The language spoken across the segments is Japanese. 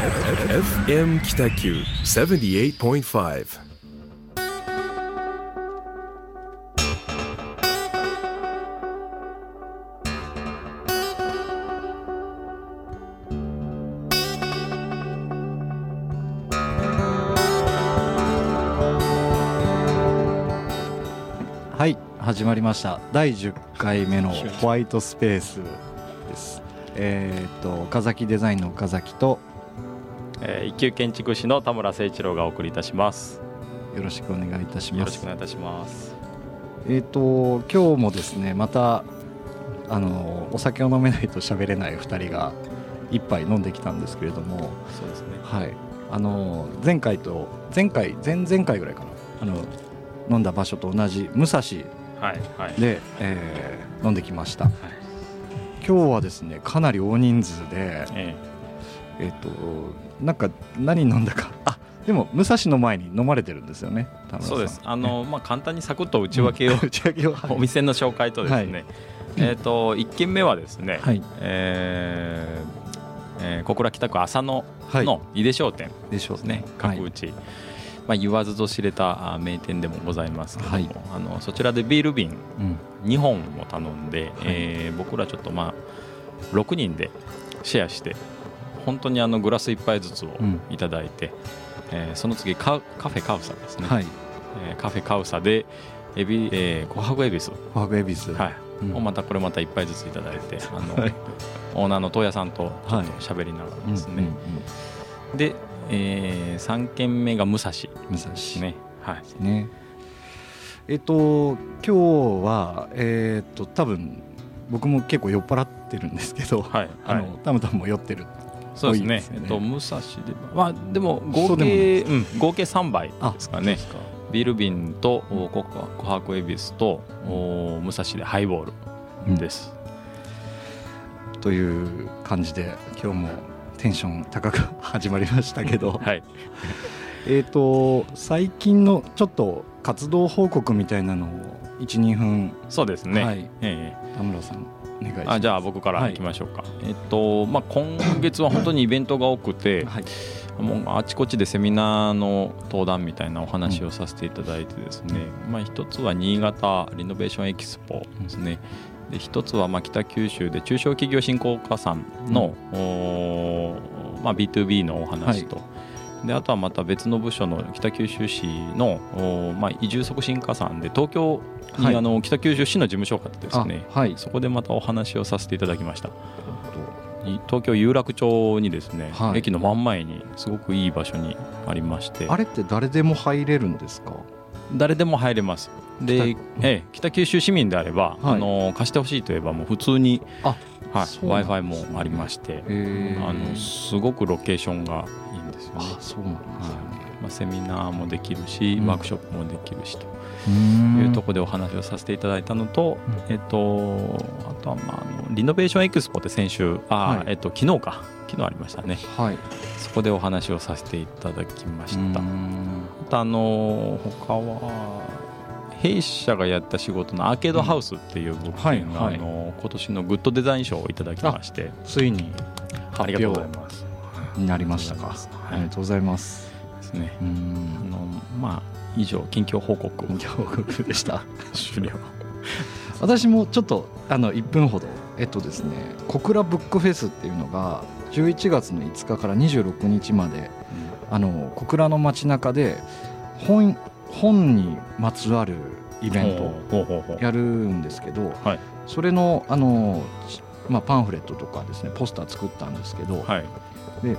FM 北九 78.5。 はい、始まりました第10回目のホワイトスペースです。岡崎デザインの岡崎と、 一級建築士の田村誠一郎がお送りいたします。 よろしくお願いいたします。 よろしくお願いいたします。 今日もですね、またお酒を飲めないと喋れない2人が一杯飲んできたんですけれども、 そうですね、 はい、前回前々回ぐらいかな、飲んだ場所と同じ武蔵で、飲んできました。今日はですねかなり大人数で、なんか何飲んだか、でも武蔵の前に飲まれてるんですよね。 そうです。簡単にサクッと内訳をお店の紹介とですね、1軒目はですね、小倉北区浅野の井出商店ですね、角打ち、言わずと知れた名店でもございますけども、そちらでビール瓶2本を頼んで、僕らちょっと6人でシェアして本当にグラス1杯ずつをいただいて、その次カフェカウサですね、カフェカウサで琥珀エビスをまたこれまた1杯ずついただいて、オーナーの東谷さんとちょっと喋りながらですね、で3軒目が武蔵ですね。 今日は多分僕も結構酔っ払ってるんですけど、たむたむも酔ってる。 そうですね。武蔵ででも合計3杯ですかね。ビール瓶と琥珀エビスと武蔵でハイボールです、 という感じで今日もテンション高く始まりましたけど、最近のちょっと活動報告みたいなのを 1,2 分。そうですね、田村さんお願いします。 じゃあ僕からいきましょうか。今月は本当にイベントが多くて、もうあちこちでセミナーの登壇みたいなお話をさせていただいてですね、一つは新潟リノベーションエキスポですね。で一つは北九州で中小企業振興課さんの、B2B のお話と、であとはまた別の部署の北九州市の、移住促進課さんで東京に、北九州市の事務所があってですね、そこでまたお話をさせていただきました。東京有楽町にですね、駅の真ん前にすごくいい場所にありまして。 あれって誰でも入れるんですか？ 誰でも入れます。で、北九州市民であれば、貸してほしいといえばもう普通にWi-Fi もありまして、すごくロケーションがいいんですよね。 そうなんですね。 セミナーもできるし、ワークショップもできるしというところでお話をさせていただいたのと、あとはリノベーションエクスポって先週昨日ありましたね。そこでお話をさせていただきました。他は弊社がやった仕事のアーケードハウスっていう物件が、今年のグッドデザイン賞をいただきまして、 ついにありがとうございます。 になりましたか。ありがとうございますですね。以上近況報告でした終了。 私もちょっと1分ほどですね、小倉ブックフェスっていうのが11月の5日から26日まで、小倉の街中で本にまつわるイベントをやるんですけど、それのパンフレットとかですね、ポスター作ったんですけど、で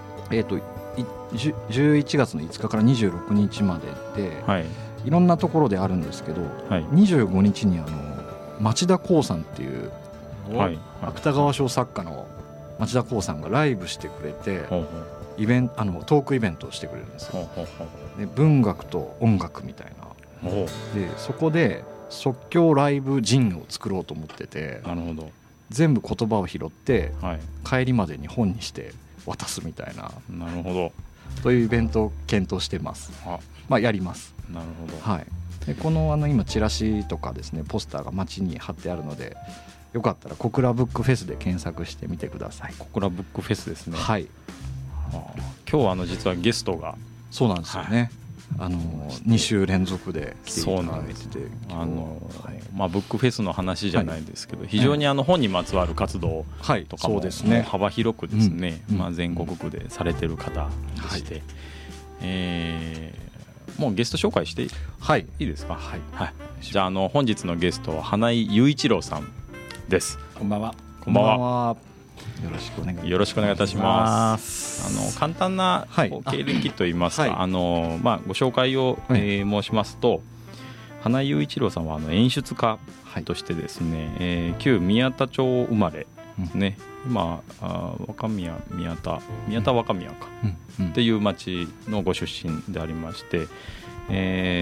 11月の5日から26日までで、いろんなところであるんですけど、25日に町田光さんっていう芥川賞作家の町田光さんがライブしてくれて、トークイベントをしてくれるんですよ。で文学と音楽みたいなで、そこで即興ライブジンを作ろうと思ってて、全部言葉を拾って、帰りまでに本にして渡すみたいな、というイベントを検討してます。やります。 なるほど。 でこの今チラシとかですね、ポスターが街に貼ってあるので、よかったら小倉ブックフェスで検索してみてください。 小倉ブックフェスですね。 今日は実はゲストがそうなんですよね、2週連続で来ていただいてて、 ブックフェスの話じゃないですけど、非常に本にまつわる活動とかも幅広くですね、全国区でされてる方でして、もうゲスト紹介していいですか。はい、じゃあ本日のゲストは花井雄一郎さんです。 こんばんは。 こんばんは。よろしくお願いいたします。 簡単な経歴といいますか、ご紹介を申しますと、花井雄一郎さんは演出家としてですね、旧宮田町生まれですね。今若宮若宮かっていう町のご出身でありまして、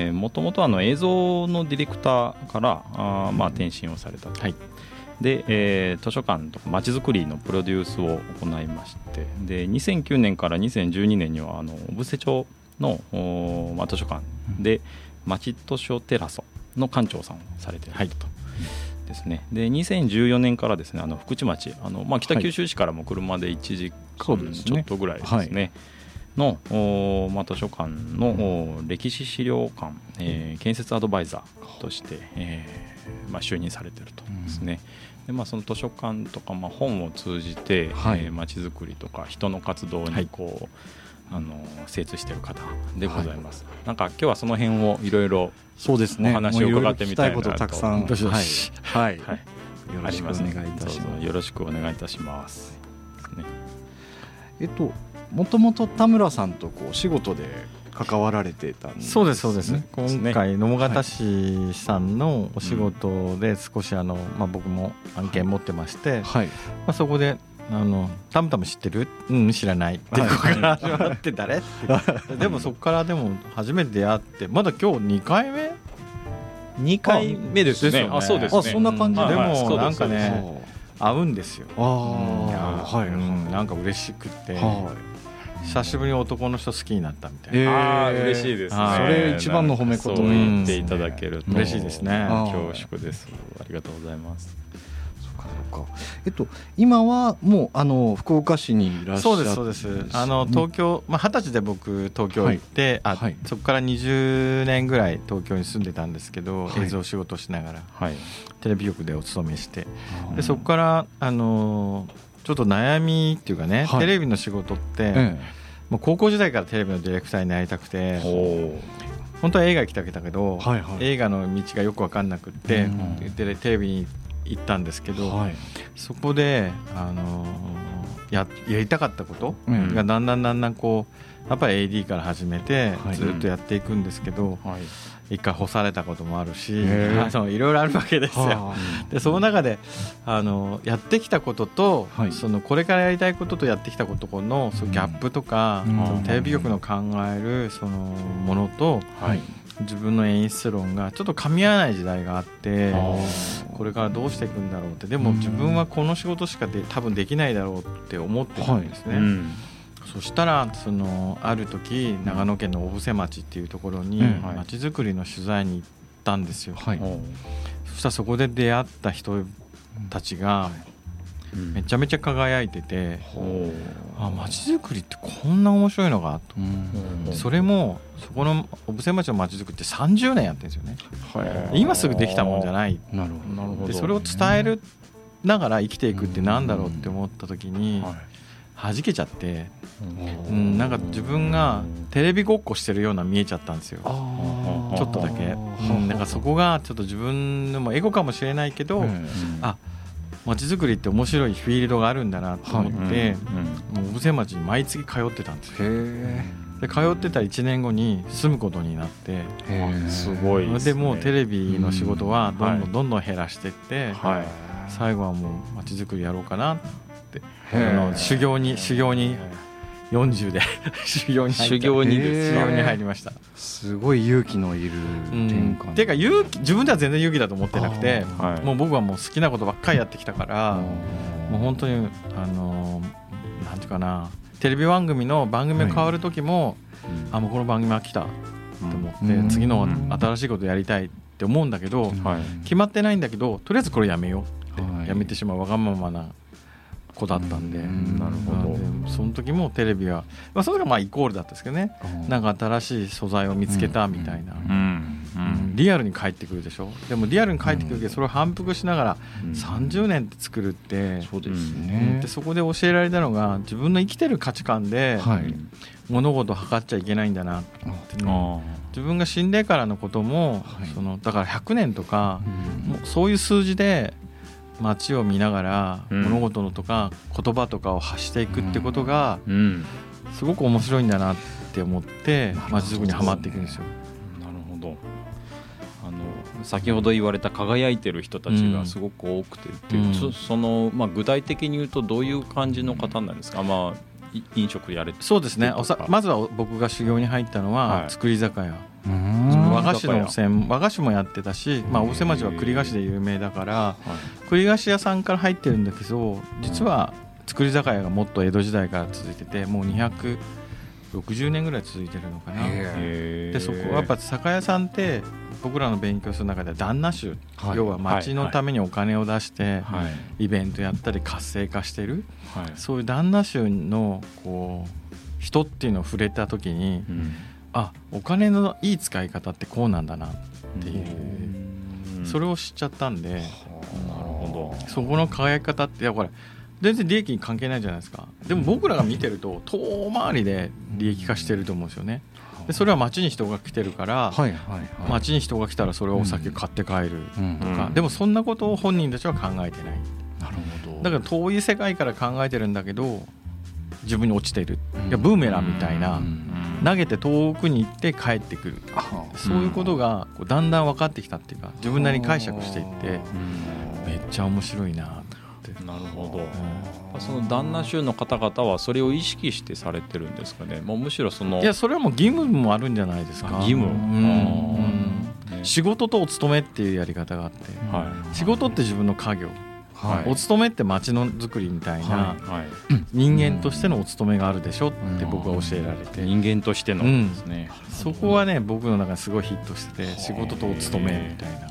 もともと映像のディレクターから転身をされたと。で、図書館とかまちづくりのプロデュースを行いまして、で2009年から2012年には小布施町の図書館でまち図書テラソの館長さんをされているとですね。で2014年からですね、福知町北九州市からも車で1時間ちょっとぐらいですね、の図書館の歴史資料館、建設アドバイザーとして、就任されているとですね。でその図書館とか本を通じてまちづくりとか人の活動に精通している方でございます。なんか今日はその辺をいろいろお話を伺ってみたいなと。 たくさんよろしくお願いいたします。 もともと田村さんと仕事で関わられてたんですね。 そうです。今回野方市さんのお仕事で少し僕も案件持ってまして、そこでたむたむ知ってる？知らないっていうところから始まって誰ってでもそこからでも初めて出会って、まだ今日2回目ですね。そうですね。 そんな感じで。 でもなんかね合うんですよ。なんか嬉しくて、久しぶりに男の人好きになったみたいな。 嬉しいですね。 それ一番の褒め言葉に言っていただけると嬉しいですね。 恐縮です。ありがとうございます。 今はもう福岡市にいらっしゃって。 そうです。東京20歳で僕東京行って、そこから20年ぐらい東京に住んでたんですけど、映像仕事しながら、テレビ局でお勤めして、でそこからちょっと悩みっていうかね、テレビの仕事って、もう高校時代からテレビのディレクターになりたくて、本当は映画行きたかったけど、映画の道がよく分かんなくって、テレビに行ったんですけど、そこで、やりたかったことがだんだんやっぱり AD から始めてずっとやっていくんですけど、一回干されたこともあるし、いろいろあるわけですよ。でその中でやってきたことと、これからやりたいこととやってきたことのギャップとか、テレビ局の考えるものと、自分の演出論がちょっと噛み合わない時代があって、これからどうしていくんだろうって、でも自分はこの仕事しか多分できないだろうって思ってたんですね。そしたらある時長野県の小布施町っていうところに町づくりの取材に行ったんですよ。そしたらそこで出会った人たちがめちゃめちゃ輝いてて、町づくりってこんな面白いのかと。それもそこの小布施町の町づくりって30年やってるんですよね。今すぐできたもんじゃない。でそれを伝えるながら生きていくってなんだろうって思った時に弾けちゃって、なんか自分がテレビごっこしてるような見えちゃったんですよ。ちょっとだけ。なんかそこがちょっと自分のもエゴかもしれないけど、町づくりって面白いフィールドがあるんだなと思って、小布施町に毎月通ってたんですよ。で通ってた1年後に住むことになって、 すごいですね。 でもうテレビの仕事はどんどん減らしていって、最後はもう町づくりやろうかなって修行に40で修行に入りました。 すごい勇気のいる転換。 っていうか自分では全然勇気だと思ってなくて、もう僕はもう好きなことばっかりやってきたから、もう本当になんていうかな、テレビ番組が変わる時も、もうこの番組は来たって思って、次の新しいことやりたいって思うんだけど、決まってないんだけどとりあえずこれやめようって、やめてしまうわがままな子だったんで、 なるほど。その時もテレビは、それがまあイコールだったんですけどね、なんか新しい素材を見つけたみたいな、リアルに帰ってくるでしょ。でもリアルに帰ってくるけどそれを反復しながら30年って作るって、 そうですね。 でそこで教えられたのが自分の生きてる価値観で物事を測っちゃいけないんだなって、自分が死んでからのことも、だから100年とか、もうそういう数字で街を見ながら物事のとか言葉とかを発していくってことがすごく面白いんだなって思って街づくりにはまっていくんですよ。 なるほど。先ほど言われた輝いてる人たちがすごく多くてっていう、その具体的に言うとどういう感じの方なんですか。飲食やれて。 そうですね。まずは僕が修行に入ったのは造り酒屋、和菓子もやってたし、大瀬町は栗菓子で有名だから、栗菓子屋さんから入ってるんだけど、実は造り酒屋がもっと江戸時代から続いてて、もう260年ぐらい続いてるのかな。でそこはやっぱ酒屋さんって僕らの勉強する中では旦那衆、要は町のためにお金を出してイベントやったり活性化してる、そういう旦那衆のこう人っていうのを触れた時に、お金のいい使い方ってこうなんだなっていう、それを知っちゃったんで、なるほど。そこの輝き方ってこれ全然利益に関係ないじゃないですか。でも僕らが見てると遠回りで利益化してると思うんですよね。でそれは街に人が来てるから、街に人が来たらそれをお酒買って帰るとか、でもそんなことを本人たちは考えてない。 なるほど。 だから遠い世界から考えてるんだけど自分に落ちてる、いやブーメランみたいな、投げて遠くに行って帰ってくる、そういうことがこうだんだん分かってきたっていうか、自分なりに解釈していってめっちゃ面白いなって。 なるほど。その旦那衆の方々はそれを意識してされてるんですかね。もうむしろそやそれはもう義務もあるんじゃないですか。 義務、 仕事とお勤めっていうやり方があって、仕事って自分の家業、お勤めって町のづくりみたいな、人間としてのお勤めがあるでしょって僕は教えられて、 人間としてのですね、 そこはね僕の中ですごいヒットしてて、仕事とお勤めみたいな。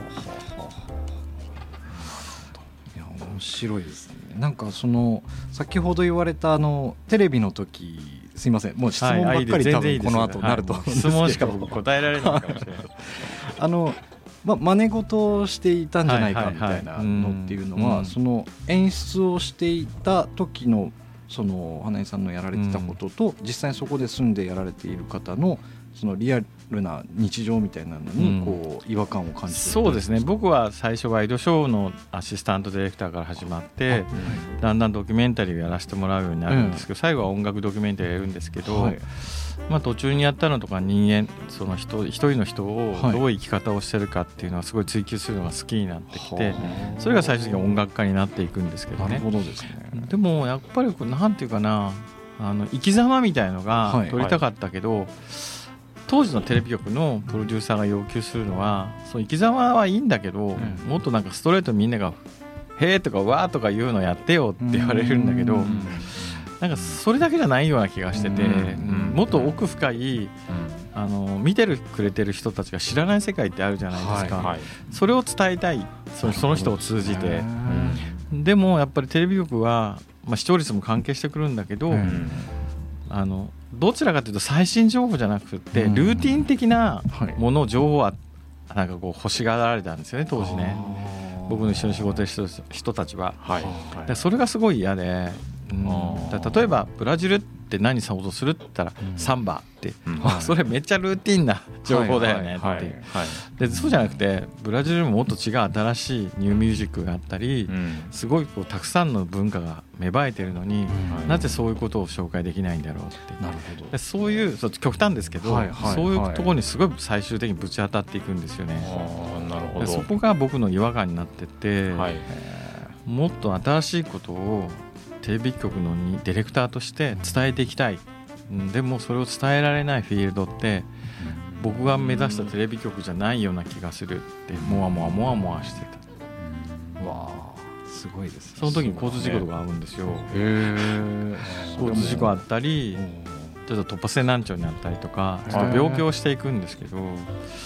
面白いですね。なんかその先ほど言われたテレビの時、すいません、もう質問ばっかり多分この後なると思うんですけど、 質問しか僕答えられないかもしれない真似事をしていたんじゃないかみたいなのっていうのは、その演出をしていた時のその花井さんのやられてたことと、実際にそこで住んでやられている方のそのリアルな日常みたいなのにこう違和感を感じて、 そうですね。僕は最初ワイドショーのアシスタントディレクターから始まって、だんだんドキュメンタリーをやらせてもらうようになるんですけど、最後は音楽ドキュメンタリーをやるんですけど、途中にやったのとか人間、その一人の人をどういう生き方をしてるかっていうのはすごい追求するのが好きになってきて、それが最終的に音楽家になっていくんですけどね。 なるほどですね。 でもやっぱりなんていうかな、生き様みたいのが撮りたかったけど、当時のテレビ局のプロデューサーが要求するのは、その生き様はいいんだけど、もっとなんかストレートにみんながへーとかわーとか言うのやってよって言われるんだけど、なんかそれだけじゃないような気がしてて、もっと奥深い見てくれてる人たちが知らない世界ってあるじゃないですか。それを伝えたい、その人を通じて。でもやっぱりテレビ局は、視聴率も関係してくるんだけど、どちらかというと最新情報じゃなくてルーティン的なもの、情報はなんかこう欲しがられたんですよね、当時ね。僕の一緒に仕事してる人たちは、でそれがすごい嫌で、例えばブラジルって何想像するって言ったらサンバって、それめっちゃルーティンな情報だよねっていう。でそうじゃなくて、ブラジルにももっと違う新しいニューミュージックがあったり、すごいこうたくさんの文化が芽生えてるのに、なぜそういうことを紹介できないんだろうって。 なるほど。 でそういう極端ですけど、そういうところにすごい最終的にぶち当たっていくんですよね。 なるほど。 そこが僕の違和感になってて、もっと新しいことをテレビ局のディレクターとして伝えていきたい。でもそれを伝えられないフィールドって僕が目指したテレビ局じゃないような気がするってもわもわもわもわしてた。 わあ、すごいですね。 その時に交通事故とかあるんですよ。交通事故あったり、ちょっと突発性難聴になったりとか、ちょっと病気をしていくんですけど、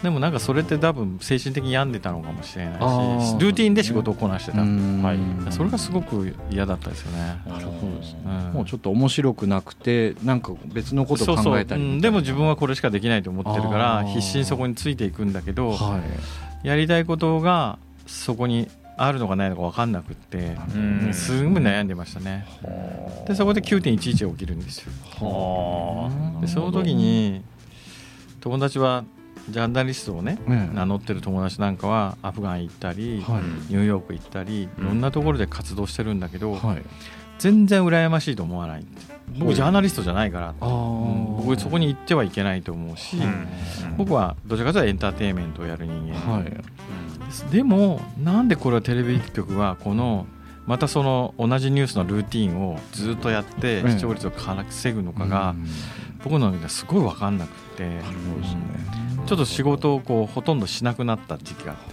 でもなんかそれって多分精神的に病んでたのかもしれないし、ルーティンで仕事をこなしてた、はい、それがすごく嫌だったですよね。 なるほどですね、もうちょっと面白くなくてなんか別のことを考えたり、 でも自分はこれしかできないと思ってるから必死にそこについていくんだけど、やりたいことがそこにあるのかないのか分かんなくって、すごい悩んでましたね。でそこで 9.11 起きるんですよ。でその時に友達はジャーナリストをね、名乗ってる友達なんかはアフガン行ったり、ニューヨーク行ったりいろんなところで活動してるんだけど、全然羨ましいと思わない。僕ジャーナリストじゃないから、僕そこに行ってはいけないと思うし、僕はどちらかというとエンターテインメントをやる人間、でもなんでこれはテレビ局はこのまたその同じニュースのルーティンをずっとやって視聴率を稼ぐのかが僕の中ではすごい分かんなくて、ちょっと仕事をこうほとんどしなくなった時期があって、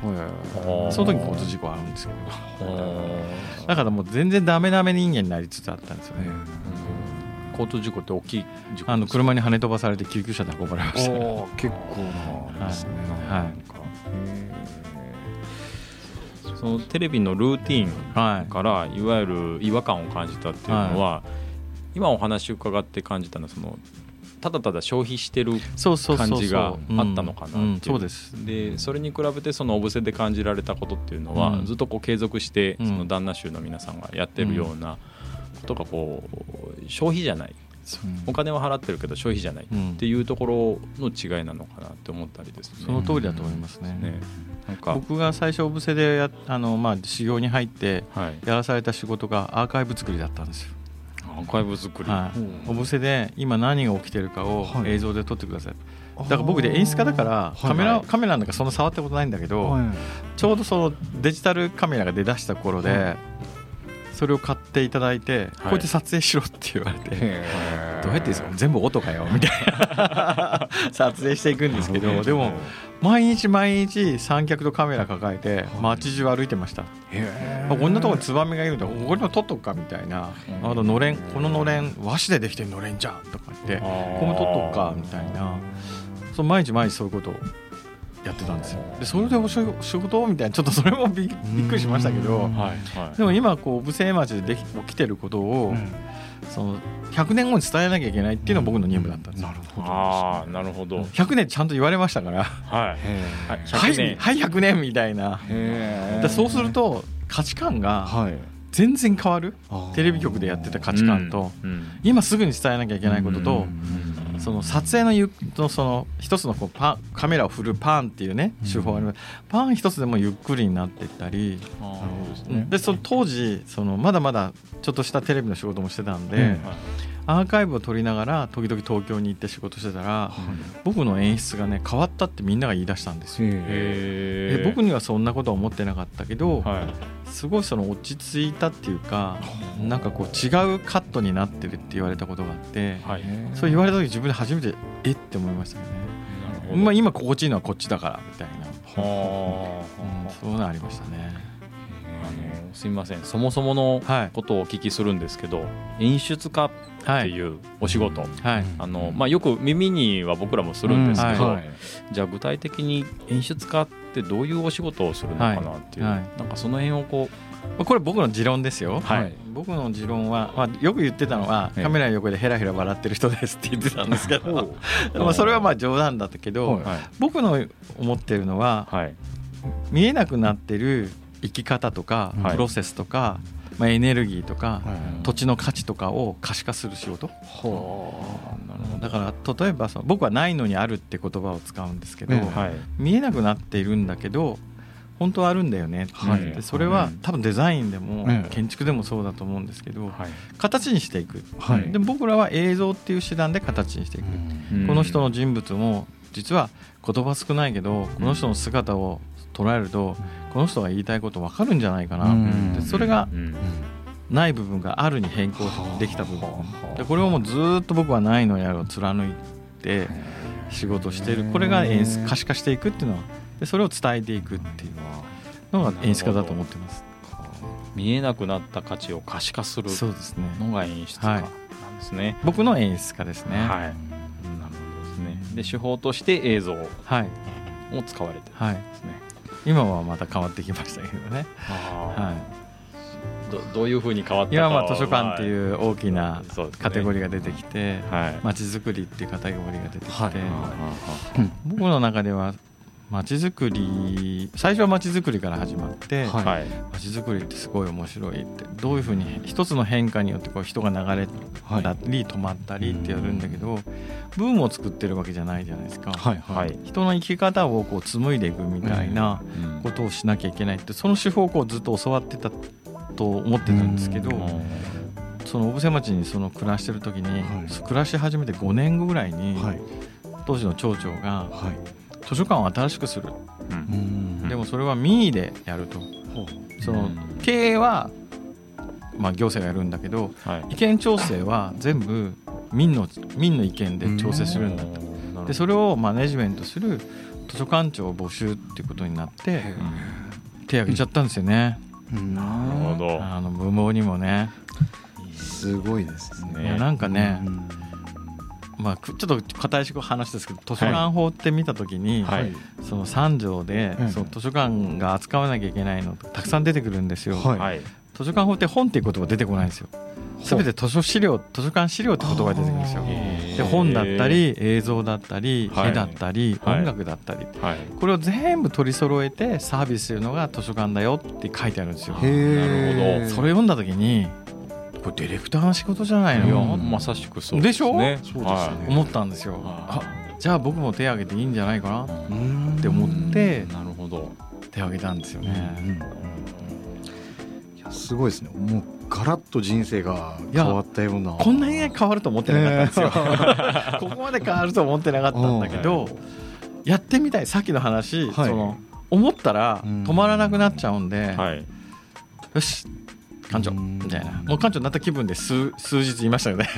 その時に交通事故あるんですけど、だからもう全然ダメダメ人間になりつつあったんですよね。 交通事故って大きい事故、 車に跳ね飛ばされて救急車で運ばれました。 結構なですね。 そのテレビのルーティンからいわゆる違和感を感じたっていうのは、今お話を伺って感じたのはそのただただ消費してる感じがあったのかなっていう。 そうです。 でそれに比べてその小布施で感じられたことっていうのは、ずっとこう継続してその旦那衆の皆さんがやってるようなことがこう消費じゃない、お金は払ってるけど消費じゃないっていうところの違いなのかなって思ったりですね。 その通りだと思いますね。なんか僕が最初小布施で修行に入ってやらされた仕事がアーカイブ作りだったんですよ。 アーカイブ作り、 小布施で今何が起きてるかを映像で撮ってください。だから僕で演出家だからカメラなんかそんな触ったことないんだけど、ちょうどそのデジタルカメラが出だした頃で、それを買っていただいて、こうやって撮影しろって言われて、どうやってですか、全部音かよみたいな撮影していくんですけど、でも毎日三脚とカメラ抱えて街中歩いてました。こんなところにツバメがいるんだ、ここにも撮っとくかみたいな、こののれん和紙でできてるのれんじゃんとか言って、ここも撮っとくかみたいな、毎日そういうことをやってたんですよ。でそれで仕事みたいな、ちょっとそれもびっくりしましたけど、でも今こう小布施町で起きてることを、その100年後に伝えなきゃいけないっていうのが僕の任務だったんです。 なるほど。 100年ちゃんと言われましたから、100年みたいな。そうすると価値観が全然変わる。テレビ局でやってた価値観と、今すぐに伝えなきゃいけないことと、その撮影のその一つのこうカメラを振るパンっていうね手法があります。パン一つでもゆっくりになっていったり、でその当時まだまだちょっとしたテレビの仕事もしてたんで、アーカイブを撮りながら時々東京に行って仕事してたら、僕の演出がね変わったってみんなが言い出したんですよ。僕にはそんなことは思ってなかったけど、すごい落ち着いたっていうか、なんかこう違うカットになってるって言われたことがあって、そう言われた時自分で初めてって思いましたよね。今心地いいのはこっちだからみたいな、そういうのありましたね。 すみません、そもそものことをお聞きするんですけど、演出家っていうお仕事、よく耳には僕らもするんですけど、じゃあ具体的に演出家ってどういうお仕事をするのかなっていう、なんかその辺をこれ僕の持論ですよ。僕の持論は、よく言ってたのは、カメラの横でヘラヘラ笑ってる人ですって言ってたんですけどそれは冗談だったけど、僕の思ってるのは、見えなくなってる生き方とかプロセスとか、エネルギーとか、土地の価値とかを可視化する仕事。だから例えば僕はないのにあるって言葉を使うんですけど、見えなくなっているんだけど本当はあるんだよね、でそれは多分デザインでも建築でもそうだと思うんですけど、形にしていく、で僕らは映像っていう手段で形にしていく、この人の人物も実は言葉少ないけどこの人の姿を捉えるとこの人が言いたいこと分かるんじゃないかな、でそれがない部分があるに変更できた部分で、これをもうずっと僕はないのやるを貫いて仕事している。これが可視化していくっていうのは、でそれを伝えていくっていうのが演出家だと思ってます。 見えなくなった価値を可視化するのが演出家なんですね。 僕の演出家ですね。 なるほどですね。で手法として映像も使われてるんですね。 今はまた変わってきましたけどね。 どういうふうに変わったかは今は図書館っていう大きなカテゴリーが出てきて、まちづくりっていうカテゴリーが出てきて、僕の中ではまちづくり、最初はまちづくりから始まって、まちづくりってすごい面白いって、どういうふうに一つの変化によってこう人が流れたり止まったりってやるんだけど、ブームを作ってるわけじゃないじゃないですか。人の生き方をこう紡いでいくみたいなことをしなきゃいけないって、その手法をこうずっと教わってたと思ってたんですけど、その小布施町にその暮らしてる時に、暮らし始めて5年後ぐらいに、当時の町長が、図書館を新しくする、でもそれは民意でやると、その経営はまあ行政がやるんだけど、意見調整は全部民の意見で調整するんだと。でそれをマネジメントする図書館長を募集っていうことになって手を挙げちゃったんですよね。 なるほど。 部門にもね、 すごいですね。 なんかね、まあ、ちょっと固い話ですけど、図書館法って見たときに、その3条で、その図書館が扱わなきゃいけないのたくさん出てくるんですよ。図書館法って本っていう言葉出てこないんですよ。すべて図書館資料って言葉が出てくるんですよ。で本だったり映像だったり絵だったり音楽だったり、これを全部取り揃えてサービスするのが図書館だよって書いてあるんですよ。なるほど。それ読んだときに、これディレクターの仕事じゃないの、 まさしくそうですね。 でしょ、思ったんですよ。じゃあ僕も手を挙げていいんじゃないかなって思って、なるほど、手を挙げたんですよね。 いやすごいですね。もうガラッと人生が変わったような。 こんなに変わると思ってなかったんですよ。ここまで変わると思ってなかったんだけど、やってみたい。さっきの話、その思ったら止まらなくなっちゃうんで、よし館長みたいな、もう館長になった気分で数日言いましたよね。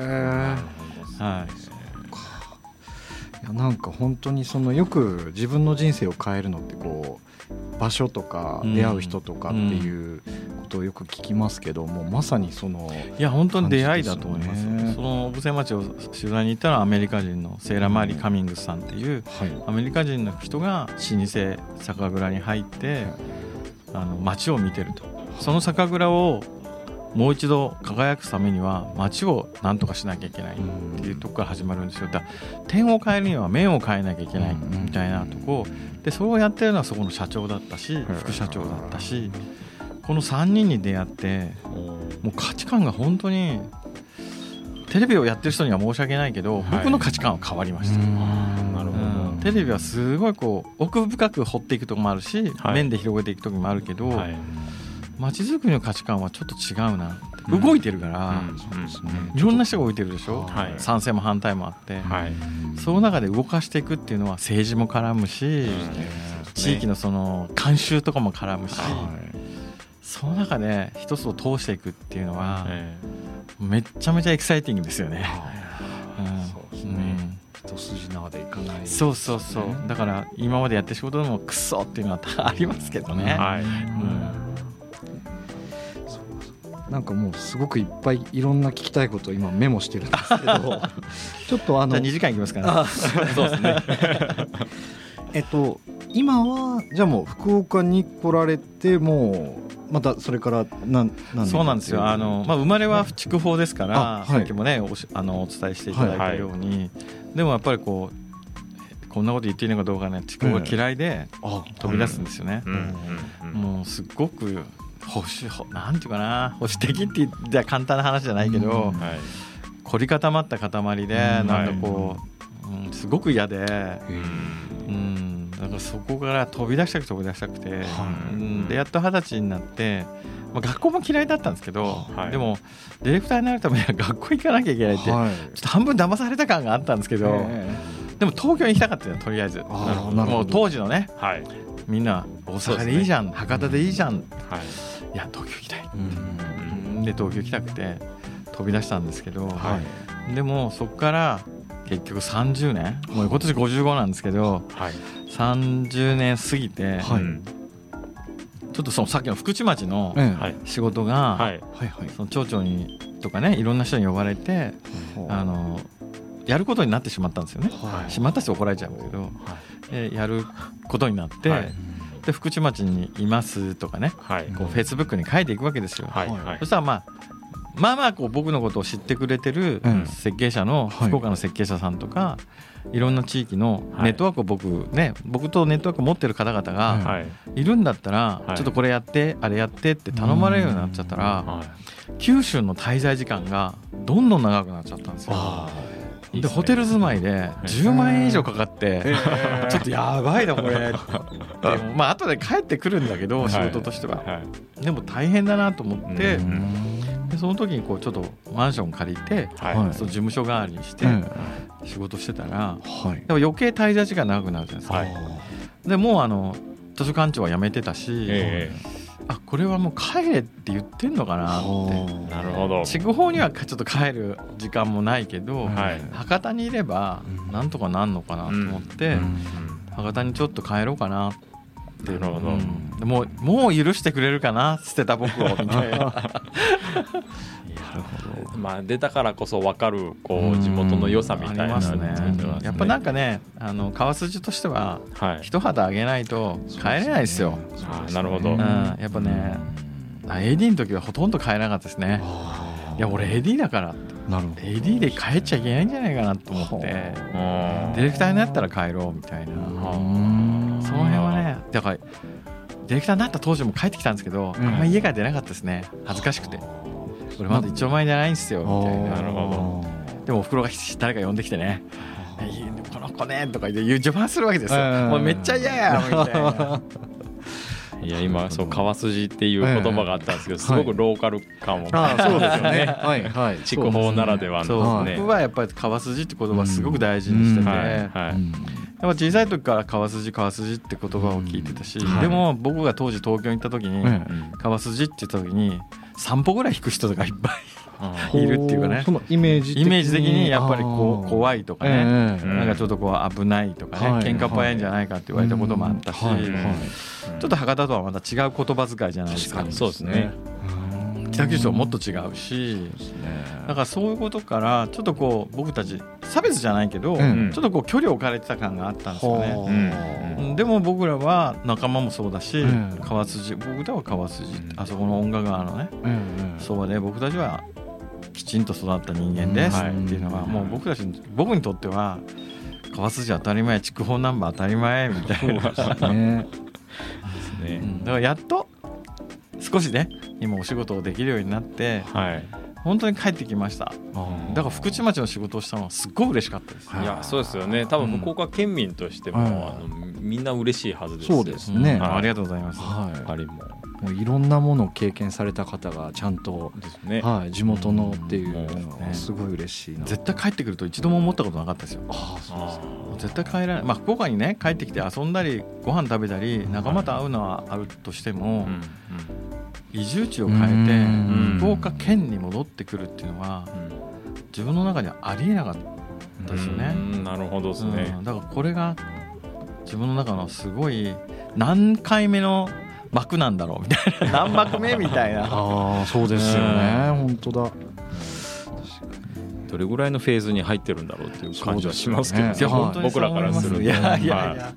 いやなんか本当にそのよく自分の人生を変えるのってこう場所とか出会う人とかっていうことをよく聞きますけども、まさにその、 いや本当に出会いだと思います。その小布施町を取材に行ったのはアメリカ人のセーラ・マーリー・カミングスさんっていう、アメリカ人の人が老舗酒蔵に入って町を見てると。その酒蔵をもう一度輝くためには町を何とかしなきゃいけないっていうところから始まるんですよ。だから点を変えるには面を変えなきゃいけないみたいなとこで、それをやってるのはそこの社長だったし副社長だったし、この3人に出会ってもう価値観が本当に、テレビをやってる人には申し訳ないけど、僕の価値観は変わりました。なるほど。テレビはすごいこう奥深く掘っていくところもあるし、面で広げていくところもあるけど、街づくりの価値観はちょっと違うなって、動いてるから、いろんな人が動いてるでしょ、賛成も反対もあって、その中で動かしていくっていうのは政治も絡むし、地域のその慣習とかも絡むし、その中で一つを通していくっていうのはめちゃめちゃエキサイティングですよね。 一筋縄でいかない。 そうだから今までやってる仕事でもクソっていうのはありますけどね。 なんかもうすごくいっぱいいろんな聞きたいことを今メモしてるんですけどちょっとじゃあ 2時間いきますかね。 そうですね。 今はじゃあもう福岡に来られて、もうまたそれからそうなんですよ。生まれは筑豊ですから、さっきもねお伝えしていただいたように、でもやっぱりこんなこと言っていいのかどうかね、筑豊が嫌いで飛び出すんですよね。もうすっごくなんていうかな、保守的って言ったら簡単な話じゃないけど、凝り固まった塊で、なんかこう、すごく嫌で、だからそこから飛び出したくて、でやっと20歳になって、学校も嫌いだったんですけど、でもディレクターになるためには学校行かなきゃいけないって、ちょっと半分騙された感があったんですけど、でも東京に行きたかったよ、とりあえず。もう当時のね、みんな大阪でいいじゃん、博多でいいじゃん、いや東京行きたい、で東京行きたくて飛び出したんですけど、でもそこから結局30年、もう今年55なんですけど、30年過ぎて、ちょっとそのさっきの福智町の仕事が、その町長にとかね、いろんな人に呼ばれて、 やることになってしまったんですよね、しまった人怒られちゃうんだけど、やることになって、で福智町にいますとかね、こうフェイスブックに書いていくわけですよ、そしたらまあこう僕のことを知ってくれてる設計者の、福岡の設計者さんとかいろんな地域のネットワークを僕とネットワークを持ってる方々がいるんだったら、ちょっとこれやってあれやってって頼まれるようになっちゃったら、九州の滞在時間がどんどん長くなっちゃったんですよ。でホテル住まいで10万円以上かかって、ちょっとやばいなこれでもまあ後で帰ってくるんだけど、仕事としては、でも大変だなと思って、でその時にこうちょっとマンション借りて、その事務所代わりにして仕事してたら、でも余計滞在時間長くなるじゃないですか、でもう図書館長は辞めてたし、これはもう帰れって言ってんのかなって。 なるほど。 筑豊にはちょっと帰る時間もないけど、博多にいればなんとかなんのかなと思って、博多にちょっと帰ろうかなって。なるほど、もう許してくれるかな、捨てた僕をみたいなまあ出たからこそ分かるこう地元の良さみたいな、ありますね。 やっぱなんかね、川筋としては一肌あげないと帰れないですよ。 なるほど、 やっぱね、AD の時はほとんど帰れなかったですね。いや俺 AD だからAD で帰っちゃいけないんじゃないかなと思って、ディレクターになったら帰ろうみたいな、その辺はね、だからディレクターになった当時も帰ってきたんですけど、あんま家から出なかったですね、恥ずかしくて。俺まだ一丁前じゃないんですよみたいな。なるほど。でもおふくろが誰か呼んできてね、この子ねとか言って助言するわけですよ。もうめっちゃ嫌やみたいな。 いや今そう川筋っていう言葉があったんですけど、すごくローカル感も、 そうですよね。 筑豊ならではのね。 僕はやっぱり川筋って言葉すごく大事にしてて、やっぱ小さい時から川筋って言葉を聞いてたし、でも僕が当時東京に行った時に川筋って言った時に3歩ぐらい引く人がいっぱいいるっていうかね、 そのイメージ的にやっぱりこう怖いとかね、なんかちょっとこう危ないとかね、喧嘩っ早いんじゃないかって言われたこともあったし、ちょっと博多とはまた違う言葉遣いじゃないですか。 そうですね。 北九州はもっと違うし、だからそういうことからちょっとこう僕たち差別じゃないけど、ちょっとこう距離を置かれてた感があったんですよね。でも僕らは仲間もそうだし、川筋、僕らは川筋、あそこの音楽川のね、そうで僕たちはきちんと育った人間ですっていうのは、もう僕にとっては川筋当たり前、筑豊ナンバー当たり前みたいな。だからやっと少しね今お仕事をできるようになって、本当に帰ってきました。だから福智町の仕事をしたのはすっごい嬉しかったです。 いやそうですよね。多分福岡県民としても、みんな嬉しいはずですよ。 そうですね、 ありがとうございます。 もういろんなものを経験された方がちゃんとですね、地元のっていうのはすごい嬉しいな。 絶対帰ってくると一度も思ったことなかったですよ。絶対帰らない。福岡にね帰ってきて遊んだりご飯食べたり仲間と会うのはあるとしても、移住地を変えて福岡県に戻ってくるっていうのは自分の中にはありえなかったですよね。 なるほどですね。 だからこれが自分の中のすごい何回目の幕なんだろうみたいな、何幕目みたいな。 そうですよね、本当だ。 どれぐらいのフェーズに入ってるんだろうっていう感じはしますけど、僕らからすると。 いやいや、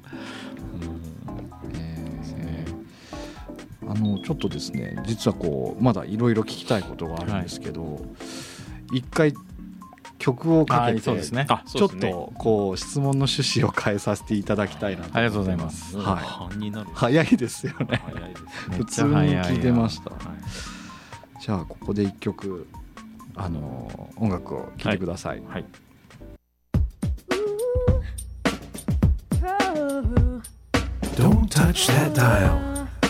ちょっとですね、実はこうまだいろいろ聞きたいことがあるんですけど、一回曲をかけて、ちょっとこう質問の趣旨を変えさせていただきたいなと。 ありがとうございます。 早いですよね。普通に聞いてました。じゃあここで一曲音楽を聴いてください。 Don't touch that dial.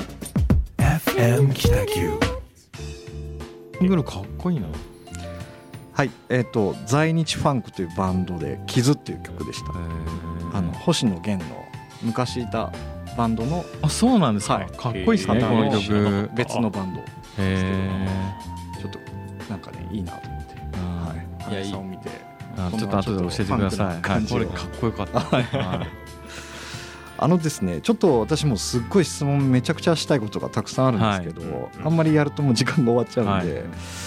FM 北九。 シングルかっこいいな。 はい、在日ファンクというバンドで傷っていう曲でした。星野源の昔いたバンドの。 そうなんですか。かっこいいですね、この曲。 別のバンド。ちょっとなんかねいいなと思って。いや、いい。見てちょっと後で教えてください。これかっこよかった。 ですね、ちょっと私もすっごい質問めちゃくちゃしたいことがたくさんあるんですけど、あんまりやるともう時間が終わっちゃうんで、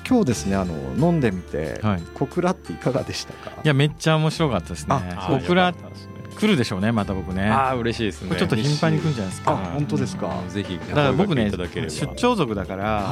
今日ですね飲んでみて、小倉っていかがでしたか？ いやめっちゃ面白かったですね。小倉来るでしょうね、また僕ね。 嬉しいですね。 ちょっと頻繁に来るんじゃないですか。 本当ですか？ ぜひ。 だから僕ね出張族だから、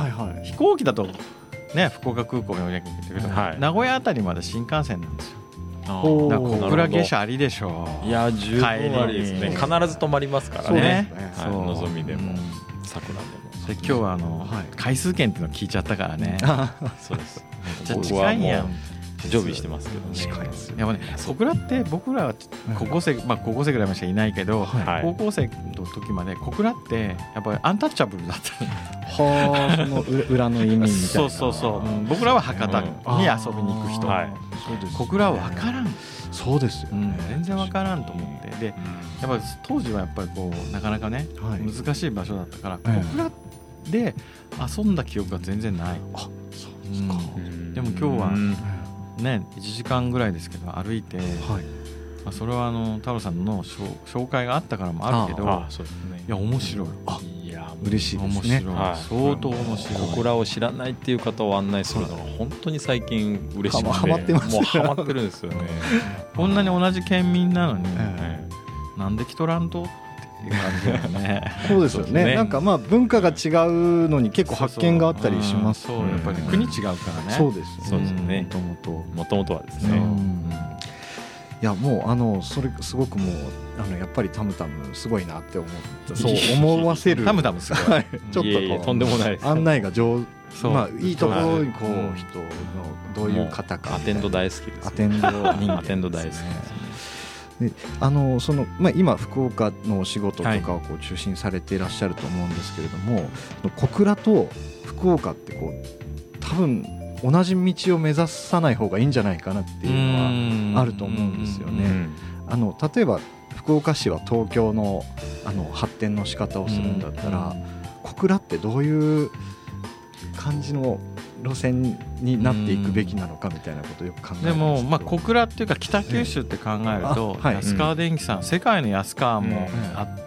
飛行機だとね福岡空港に降りなきゃいけないけど、名古屋あたりまで新幹線なんですよ。小倉下車ありでしょう。 いや十分ありですね。必ず止まりますからね。のぞみでも桜でも。 今日は回数券っていうの聞いちゃったからね。 そうです。 じゃ近いんやん。 常備してますけどね。 近いです。でもね、小倉って僕らは高校生ぐらいまでしかいないけど、高校生の時まで小倉ってやっぱりアンタッチャブルだった。 はあ、その裏の意味みたいな。 そう。僕らは博多に遊びに行く人。小倉は分からん。 そうですよね。 全然分からんと思って。で、やっぱり当時はやっぱりこうなかなかね難しい場所だったから小倉で遊んだ記憶が全然ない。そうですか。でも今日はね、1時間ぐらいですけど歩いて、それは太郎さんの紹介があったからもあるけど、いや面白い。 嬉しいですね。 相当面白い。 小倉を知らないっていう方を案内するのが本当に最近嬉しくて、 ハマってます。 もうハマってるんですよね。 こんなに同じ県民なのに、なんで来とらんとっていう感じだよね。 そうですよね。なんか文化が違うのに結構発見があったりします。 そう、やっぱり国違うからね。 そうですね。もともとはですね。 いやもうそれすごくもうやっぱりタムタムすごいなって思ってそう思わせるタムタムすごいちょっととんでもないです。 案内が上手いいところにこう人のどういう方かアテンド大好きです。 アテンド大好きですで今福岡のお仕事とかをこう中心されていらっしゃると思うんですけれども、小倉と福岡ってこう多分同じ道を目指さない方がいいんじゃないかなっていうのはあると思うんですよね。例えば福岡市は東京の発展の仕方をするんだったら、小倉ってどういう感じの路線になっていくべきなのかみたいなことをよく考えます。でも小倉っていうか北九州って考えると、安川電機さん、世界の安川もあって、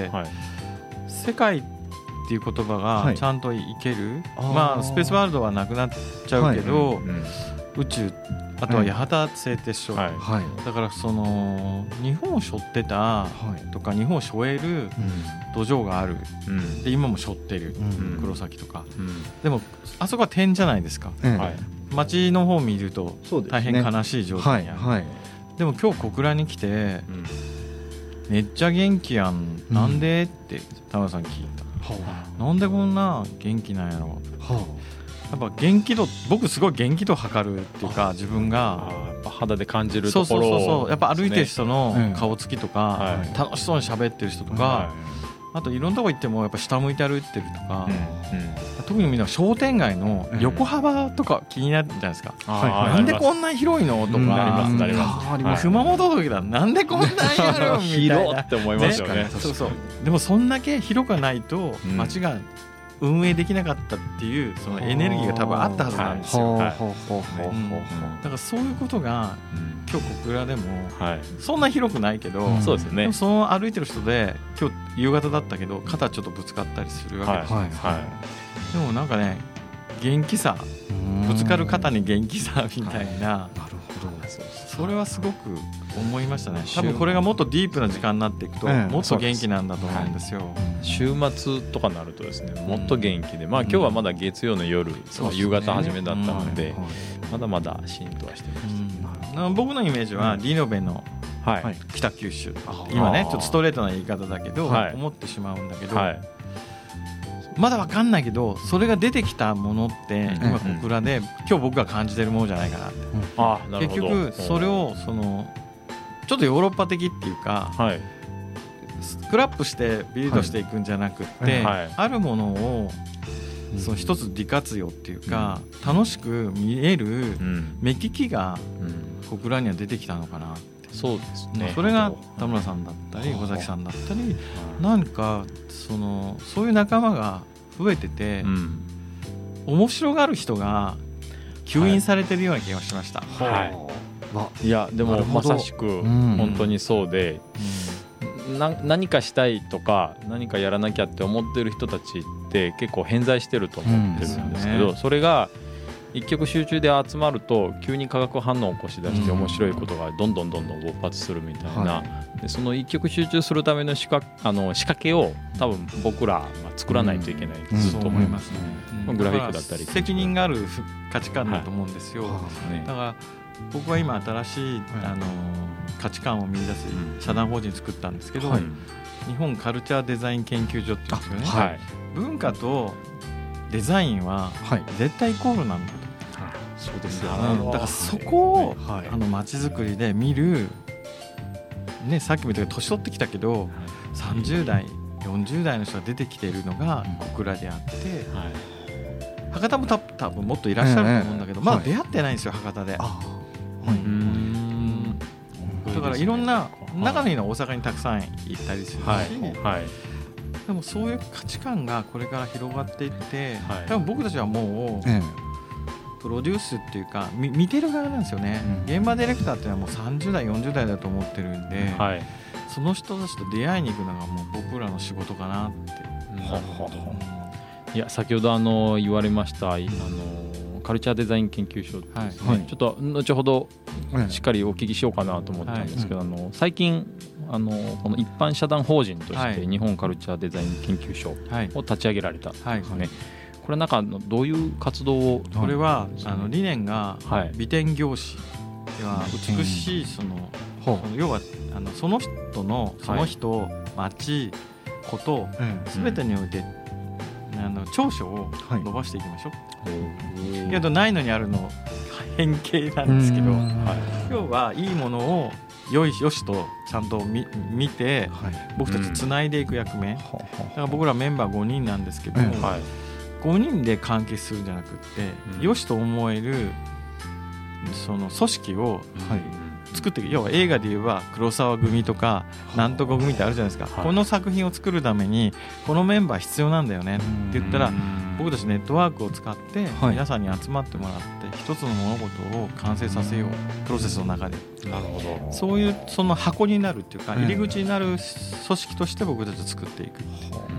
世界っていう言葉がちゃんといける、スペースワールドはなくなっちゃうけど、宇宙あとは八幡製鉄所、だからその日本を背負ってたとか日本を背負える土壌がある、で今も背負ってる、黒崎とか、でもあそこは点じゃないですか、街の方を見ると大変悲しい状態にある。でも今日小倉に来て、めっちゃ元気やん、なんでって田村さん聞いた。なんでこんな元気なんやろう、やっぱ元気度、僕すごい元気度測るっていうか、自分がやっぱ肌で感じるところ、 そうやっぱ歩いてる人の顔つきとか、楽しそうに喋ってる人とか、あといろんなとこ行ってもやっぱ下向いて歩いてるとか、特にみんな商店街の横幅とか気になるじゃないですか、なんでこんな広いのとか、熊本時だなんでこんなんやるみたいなって思いますよね。 でもそんだけ広くないと街が運営できなかったっていうそのエネルギーが多分あったはずなんですよ。だからそういうことが今日小倉でもそんな広くないけど、 そうですね、 でもその歩いてる人で今日夕方だったけど肩ちょっとぶつかったりするわけですよ、でもなんかね、元気さ、ぶつかる肩に元気さみたいな、それはすごく思いましたね。多分これがもっとディープな時間になっていくともっと元気なんだと思うんですよ。 週末とかになるとですね、もっと元気で、今日はまだ月曜の夜、夕方始めだったので、まだまだシーンとはしてました。 僕のイメージはリノベの北九州、今ねちょっとストレートな言い方だけど思ってしまうんだけど、まだ分かんないけど、それが出てきたものって今小倉で今日僕が感じてるものじゃないかなって。結局それをちょっとヨーロッパ的っていうか、スクラップしてビルドしていくんじゃなくって、あるものをその一つ利活用っていうか、楽しく見える目利きが小倉には出てきたのかなって。 そうですね。 それが田村さんだったり尾崎さんだったり、なんかそういう仲間が増えてて、面白がる人が吸引されてるような気がしました。 いやでもまさしく本当にそうで、何かしたいとか何かやらなきゃって思ってる人たちって結構偏在してると思ってるんですけど、それが一極集中で集まると急に化学反応を起こし出して面白いことがどんどん勃発するみたいな、でその一極集中するための仕掛けを多分僕らは作らないといけないと思いますね。グラフィックだったり責任がある価値観だと思うんですよ。だから僕は今新しい価値観を見出す社団法人作ったんですけど、日本カルチャーデザイン研究所って言うんですよね。文化とデザインは絶対イコールなんだと。 そうですよね。だからそこを街づくりで見る、ね、さっきも言ったけど年取ってきたけど30代40代の人が出てきているのが小倉であって、博多も多分もっといらっしゃると思うんだけど、まだ出会ってないんですよ博多で。だからいろんな中のいいのは大阪にたくさん行ったりするし、でもそういう価値観がこれから広がっていって、多分僕たちはもうプロデュースっていうか見てる側なんですよね。現場ディレクターっていうのはもう30代40代だと思ってるんで、その人たちと出会いに行くのがもう僕らの仕事かなって。 いや先ほど言われましたカルチャーデザイン研究所ですね、ちょっと後ほどしっかりお聞きしようかなと思ったんですけど、最近この一般社団法人として日本カルチャーデザイン研究所を立ち上げられたんですね。これなんかどういう活動を？ これは理念が美点凝視では美しい要はその人のその人町こと全てにおいて長所を伸ばしていきましょう。けどないのにあるの変形なんですけど、要はいいものをよしとちゃんと見て僕たちつないでいく役目。だから僕らメンバー5人なんですけど、5人で完結するんじゃなくってよしと思えるその組織を作っていく。要は映画で言えば黒沢組とかなんとか組ってあるじゃないですか。この作品を作るためにこのメンバー必要なんだよねって言ったら、僕たちネットワークを使って皆さんに集まってもらって一つの物事を完成させよう、プロセスの中で。 なるほど。 そういうその箱になるっていうか入り口になる組織として僕たち作っていく。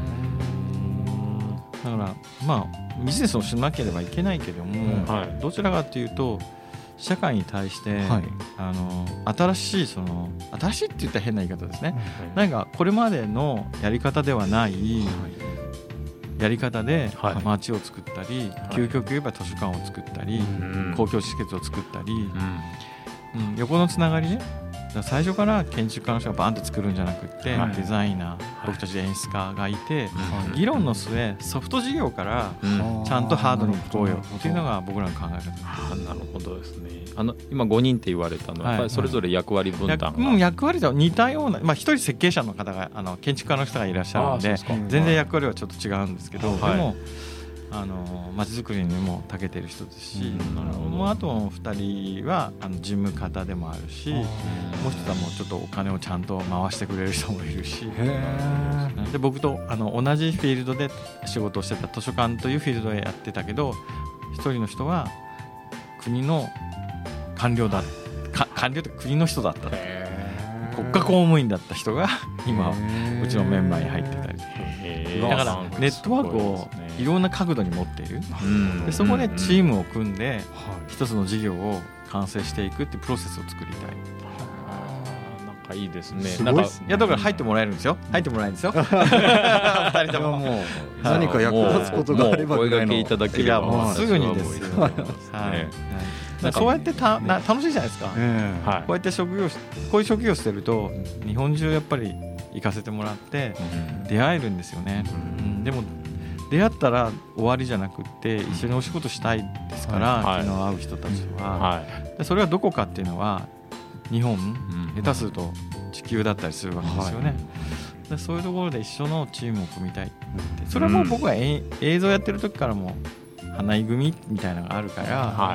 だからビジネスをしなければいけないけども、どちらかというと社会に対して、新しいって言ったら変な言い方ですね、なんかこれまでのやり方ではないやり方で街を作ったり、究極言えば図書館を作ったり、公共施設を作ったり、横のつながりね。最初から建築家の人がバンと作るんじゃなくて、デザイナー、僕たち演出家がいて、議論の末ソフト事業からちゃんとハードにいこうよっていうのが僕らの考え方です。 なるほどですね。今5人って言われたのは、やっぱりそれぞれ役割分担が、 役割と似たような、一人設計者の方が建築家の人がいらっしゃるので全然役割はちょっと違うんですけど、でも街づくりにも長けてる人ですし、あとの2人は事務方でもあるし、もう一つはもうちょっとお金をちゃんと回してくれる人もいるし、で僕と同じフィールドで仕事をしてた図書館というフィールドでやってたけど、一人の人は国の官僚というか国の人だった国家公務員だった人が今うちのメンバーに入ってたり、だからネットワークをいろんな角度に持っている。でそこでチームを組んで一つの事業を完成していくっていうプロセスを作りたい。 なんかいいですね。 いやだから入ってもらえるんですよ。入ってもらえるんですよ。2人とももう何か役立つことがあれば声掛けいただければもうすぐにですよ。そうやって楽しいじゃないですか。こうやってこういう職業してると日本中やっぱり行かせてもらって出会えるんですよね。でも出会ったら終わりじゃなくって一緒にお仕事したいですから、昨日会う人たちは、それはどこかっていうのは日本、下手すると地球だったりするわけですよね。でそういうところで一緒のチームを組みたいって、それはもう僕は映像やってる時からも花井組みたいなのがあるから、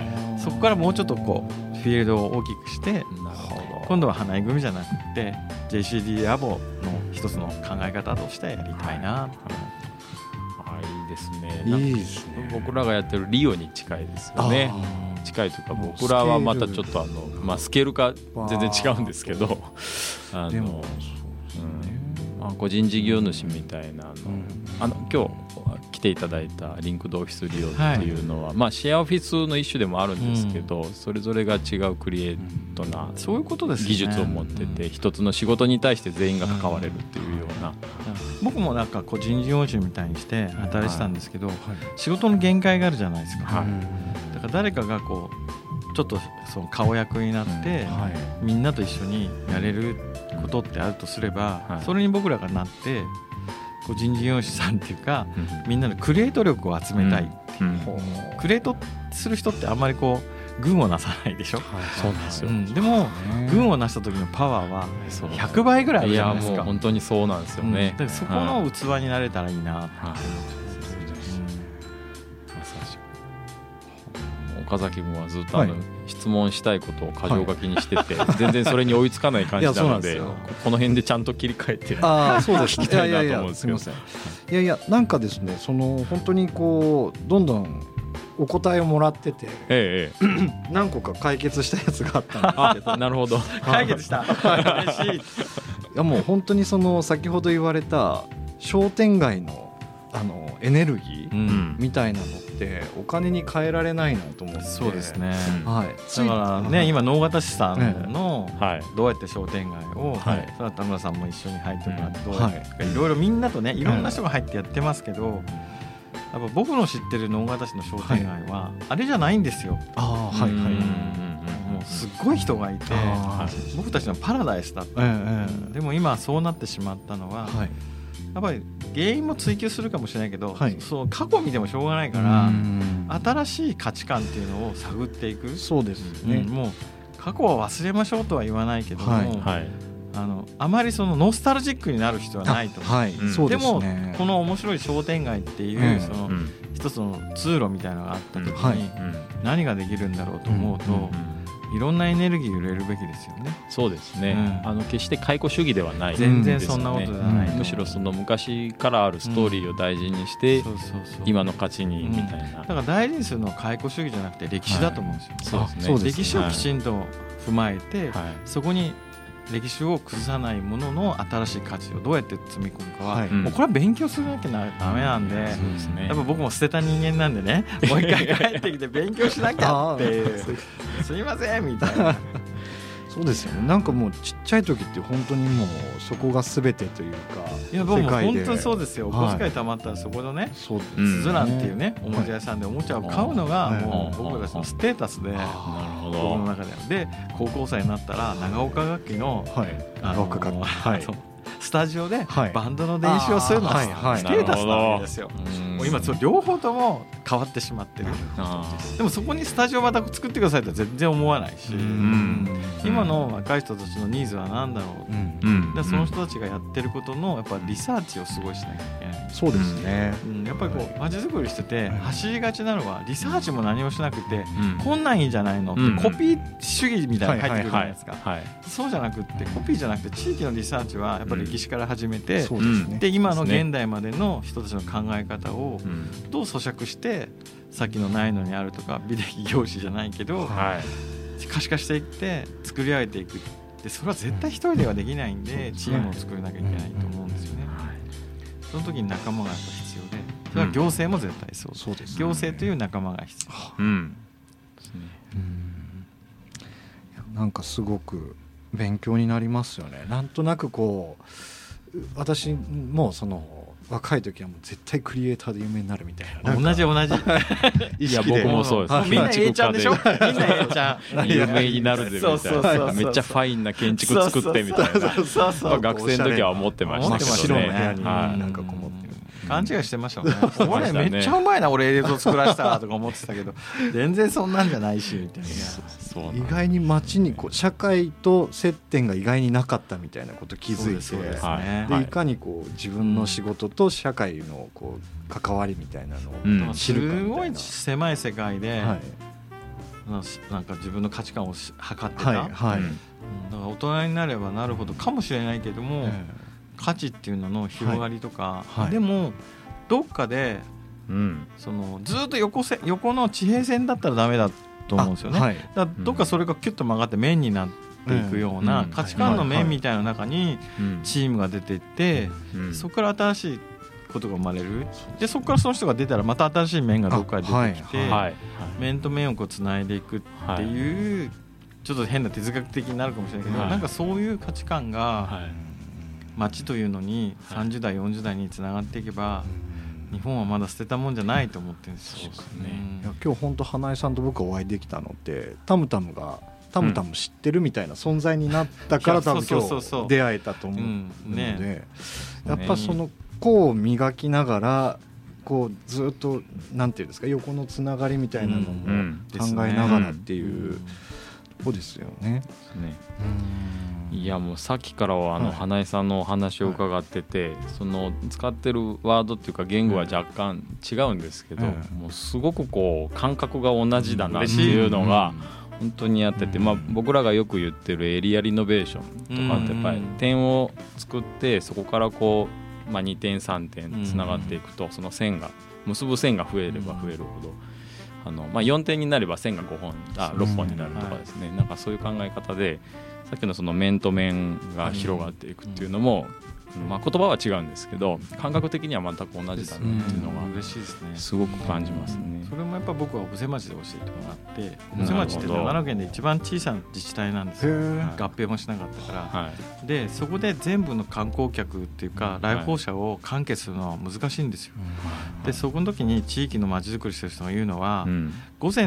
そこからもうちょっとこうフィールドを大きくして、今度は花井組じゃなくて JCD ラボの一つの考え方としてやりたいな。 いいですね。いいですね。僕らがやってるリオに近いですよね。近いというか僕らはまたちょっとスケールが全然違うんですけど、でも個人事業主みたいな今日来ていただいたリンクドオフィス利用っていうのは、シェアオフィスの一種でもあるんですけど、それぞれが違うクリエイトな技術を持ってて、一つの仕事に対して全員が関われるっていうような、 僕もなんか個人事業主みたいにして働いてたんですけど、仕事の限界があるじゃないですか。だから誰かがこうちょっとその顔役になって、みんなと一緒にやれることってあるとすれば、それに僕らがなって個人事業主さんっていうか、みんなのクリエイト力を集めたいっていう、クリエイトする人ってあんまりこう群をなさないでしょ。 そうなんですよ。 でも群をなした時のパワーは100倍ぐらいあるじゃないですか。 いやもう本当にそうなんですよね。 そこの器になれたらいいなって。 岡崎君はずっと質問したいことを箇条書きにしてて、全然それに追いつかない感じなので、この辺でちゃんと切り替えて聞きたいなと思うんですけど。 いやなんかですね、その本当にこうどんどんお答えをもらってて、何個か解決したやつがあったんですけど。 なるほど、 解決した嬉しい。 いやもう本当にその先ほど言われた商店街のエネルギーみたいなのってお金に換えられないなと思って。 そうですね、だからね、今能形市さんのどうやって商店街を、それは田村さんも一緒に入ってもらって、どうやっていろいろみんなとね、いろんな人が入ってやってますけど、やっぱ僕の知ってる能形市の商店街はあれじゃないんですよ。もうすっごい人がいて、僕たちのパラダイスだった。でも今そうなってしまったのは、やっぱり原因も追求するかもしれないけど、そう過去見てもしょうがないから、新しい価値観っていうのを探っていく。 そうですね、 もう過去は忘れましょうとは言わないけども、あまりそのノスタルジックになる必要はないと思う。でもこの面白い商店街っていうその一つの通路みたいなのがあった時に何ができるんだろうと思うと、いろんなエネルギーを入れるべきですよね。 そうですね、決して解雇主義ではない、 全然そんなことじゃない、 むしろその昔からあるストーリーを大事にして、今の価値にみたいな、 だから大事にするのは解雇主義じゃなくて歴史だと思うんですよ。 そうですね、 歴史をきちんと踏まえて、そこに歴史を崩さないものの新しい価値をどうやって積み込むかは、もうこれは勉強するわけなダメなんで、やっぱ僕も捨てた人間なんでね、もう一回帰ってきて勉強しなきゃっていうすいませんみたいな。 そうですよね。なんかもうちっちゃい時って本当にもうそこが全てというか、 いや僕も本当にそうですよ。お小遣い貯まったらそこのね、スズランっていうねおもちゃ屋さんでおもちゃを買うのがもう僕たちのステータスで、僕の中で高校生になったら長岡楽器のスタジオでバンドの練習をするのはステータスなわけですよ。もう今両方とも変わってしまってる。でもそこにスタジオまた作ってくださいと全然思わないし、今の若い人たちのニーズは何だろう、でその人たちがやってることのやっぱリサーチをすごいしなきゃいけない。 そうですね、 やっぱりこう街づくりしてて走りがちなのはリサーチも何もしなくて、こんなんいいんじゃないのってコピー主義みたいなの入ってくるじゃないですか。そうじゃなくってコピーじゃなくて地域のリサーチはやっぱり歴史から始めて、で今の現代までの人たちの考え方をどう咀嚼してさっきのないのにあるとか美的業種じゃないけど、可視化していって作り上げていく。でそれは絶対一人ではできないんでチームを作らなきゃいけないと思うんですよね。その時に仲間がやっぱ必要で、それは行政も絶対そうです、行政という仲間が必要。 なんかすごく勉強になりますよね。なんとなくこう私もその若い時はもう絶対クリエイターで有名になるみたいな、 同じいや僕もそうです。 みんな A ちゃんでしょ、みんな A ちゃん有名になるぜみたいな、めっちゃファインな建築作ってみたいな、学生の時は思ってましたけどね。 なんかこもってる勘違いしてましたもんね。俺めっちゃうまいな、俺映像作らせたとか思ってたけど全然そんなんじゃないしみたいな。 意外に街にこう社会と接点が意外になかったみたいなこと気づいて、でいかにこう自分の仕事と社会のこう関わりみたいなのを知るかみたいな、すごい狭い世界で、なんか自分の価値観を測ってた、だから大人になればなるほどかもしれないけども、価値っていうのの広がりとか、でもどっかで、そのずっと横の地平線だったらダメだと思うんですよね。だからどっかそれがキュッと曲がって面になっっていくような価値観の面みたいな中にチームが出ていって、そこから新しいことが生まれる。でそこからその人が出たらまた新しい面がどこかで出てきて、面と面をこうつないでいくっていう、ちょっと変な哲学的になるかもしれないけど、なんかそういう価値観が街というのに30代40代につながっていけば、日本はまだ捨てたもんじゃないと思ってるんですよ。 いや今日本当花江さんと僕がお会いできたのってタムタム知ってるみたいな存在になったから多分今日出会えたと思うので、やっぱその個を磨きながらこうずっとなんていうんですか、横のつながりみたいなのも考えながらっていうとこですよね。 いやもうさっきからは花江さんのお話を伺ってて、その使ってるワードっていうか言語は若干違うんですけど、もうすごくこう感覚が同じだなっていうのが本当にあってて、僕らがよく言ってるエリアリノベーションとかってやっぱり点を作ってそこからこう2点3点つながっていくと、その線が結ぶ線が増えれば増えるほど4点になれば線が6本になるとかですね、なんかそういう考え方でさっきのその面と面が広がっていくっていうのも、言葉は違うんですけど感覚的には全く同じだなっていうのが嬉しいですね。 すごく感じますね。 それもやっぱ僕は小布施町で教えてもらって、小布施町って長野県で一番小さな自治体なんですよ。合併もしなかったから、でそこで全部の観光客っていうか来訪者を完結するのは難しいんですよ。でそこの時に地域の町づくりしてる人が言うのは、午後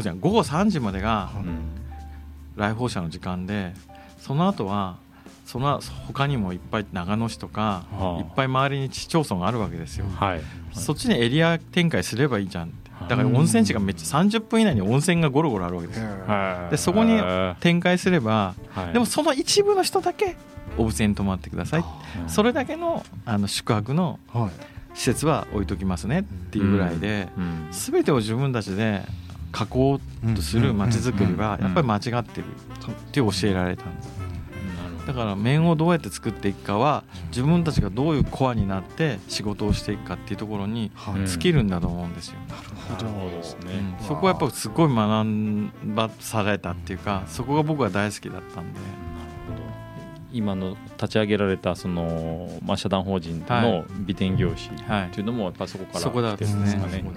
3時までが来訪者の時間で、その後はその他にもいっぱい長野市とかいっぱい周りに市町村があるわけですよ。そっちにエリア展開すればいいじゃん。だから温泉地がめっちゃ30分以内に温泉がゴロゴロあるわけですよ。でそこに展開すれば、でもその一部の人だけ小布施に泊まってください、それだけの宿泊の施設は置いときますねっていうぐらいで、全てを自分たちで囲おうとする街づくりはやっぱり間違ってるって教えられたんです。だから面をどうやって作っていくかは自分たちがどういうコアになって仕事をしていくかっていうところに尽きるんだと思うんですよ。なるほどですね。そこはやっぱすごい学ばされたっていうか、そこが僕は大好きだったんで。 今の立ち上げられたその社団法人の美点業種っていうのもやっぱそこから来てるんですかね。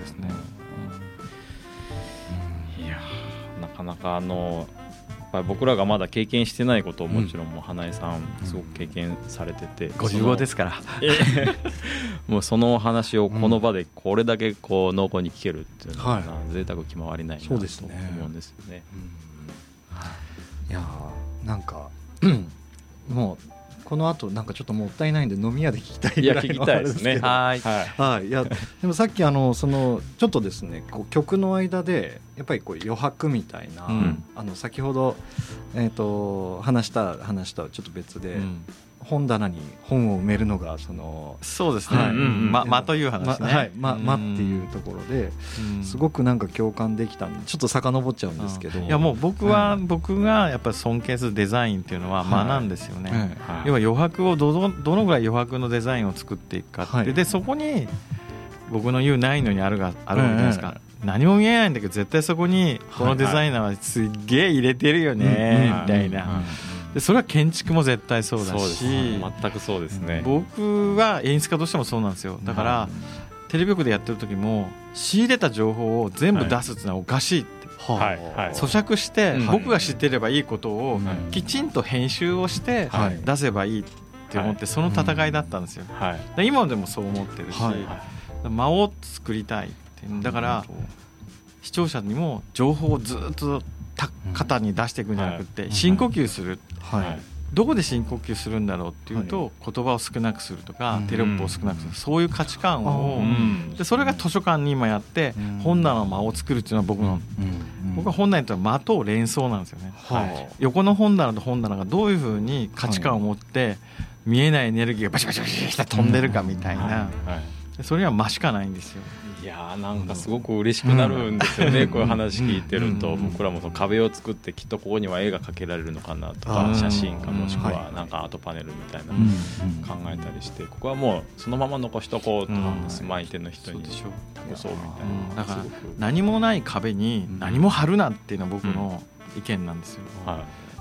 いやなかなか僕らがまだ経験してないことをもちろんもう花江さんすごく経験されてて、 55ですからもうその話をこの場でこれだけこう濃厚に聞けるっていうのは贅沢極まりないなと思うんですよね。 いやなんかもうこの後なんかちょっともったいないんで飲み屋で聞きたいぐらいのあれですけど、いやでもさっきそのちょっとですねこう曲の間でやっぱりこう余白みたいな、先ほど話したちょっと別で、本棚に本を埋めるのがそうですね、間という話ね、 間っていうところですごくなんか共感できたんでちょっと遡っちゃうんですけど、 いやもう僕がやっぱり尊敬するデザインっていうのは間なんですよね。要は余白をどのぐらい余白のデザインを作っていくかって、でそこに僕の言うないのにあるわけじゃないですか。何も見えないんだけど絶対そこにこのデザイナーはすっげえ入れてるよねみたいな。でそれは建築も絶対そうだし、 全くそうですね。 僕は演出家としてもそうなんですよ。だからテレビ局でやってる時も仕入れた情報を全部出すっていうのはおかしいって、咀嚼して僕が知ってればいいことをきちんと編集をして出せばいいって思って、その戦いだったんですよ。今でもそう思ってるし、間を作りたいって。だから視聴者にも情報をずっと肩に出していくんじゃなくて深呼吸する、どこで深呼吸するんだろうっていうと、言葉を少なくするとかテロップを少なくする、そういう価値観を、でそれが図書館に今やって本棚の間を作るっていうのは僕は本棚と間と連想なんですよね。横の本棚と本棚がどういうふうに価値観を持って見えないエネルギーがバシバシバシって飛んでるかみたいな、それには間しかないんですよ。 いやなんかすごく嬉しくなるんですよね、こういう話聞いてると。僕らもその壁を作ってきっとここには絵が描けられるのかなとか、写真かもしくはなんかアートパネルみたいな考えたりして、ここはもうそのまま残しとこうと住まい手の人に託そうみたいな。 だから何もない壁に何も貼るなっていうのは僕の意見なんですよ。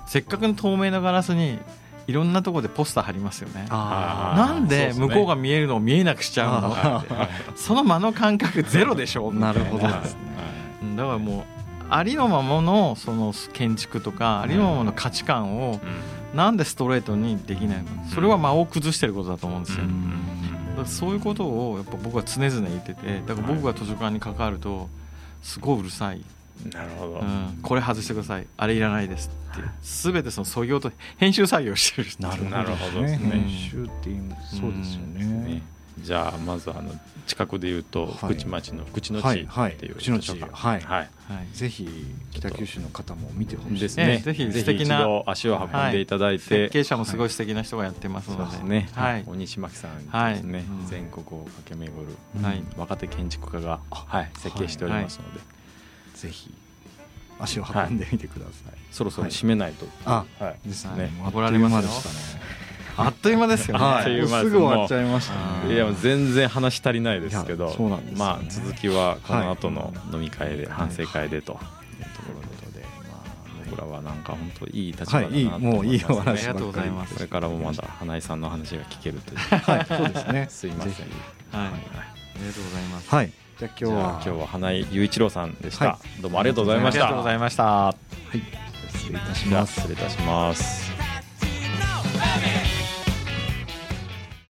せっかくの透明なガラスにいろんなところでポスター貼りますよね。なんで向こうが見えるのを見えなくしちゃうのかって、その間の感覚ゼロでしょ。 なるほどですね。だからもうありのままのその建築とかありのままの価値観をなんでストレートにできないのか、それは間を崩してることだと思うんですよ。だからそういうことをやっぱ僕は常々言ってて、だから僕が図書館に関わるとすごいうるさい。 なるほど、 これ外してください、あれいらないですって全てその削ぎ落と編集作業してる。 なるほどですね。 編集ってそうですよね。 じゃあまず近くでいうと福知町の福知の地っていう福知の地、ぜひ北九州の方も見てほしいですね。 ぜひ素敵な一度足を運んでいただいて、 設計者もすごい素敵な人がやってますのでね。 大西巻さんですね、全国を駆け巡る若手建築家が設計しておりますので、 ぜひ足を運んでみてください。 そろそろ締めないと。 ですね。 怒られましたね。あっという間ですよね。 すぐ終わっちゃいましたね。 いや全然話足りないですけど、 まあ続きはこの後の飲み会で反省会でというところで、僕らはなんか本当いい立場だなと思います。 ありがとうございます。 これからもまだ花井さんの話が聞けるという。 そうですね。 すいません。 ありがとうございます。 はい。じゃあ今日は花井雄一郎さんでした。どうもありがとうございました。 ありがとうございました。 はい。失礼いたします。 失礼いたします。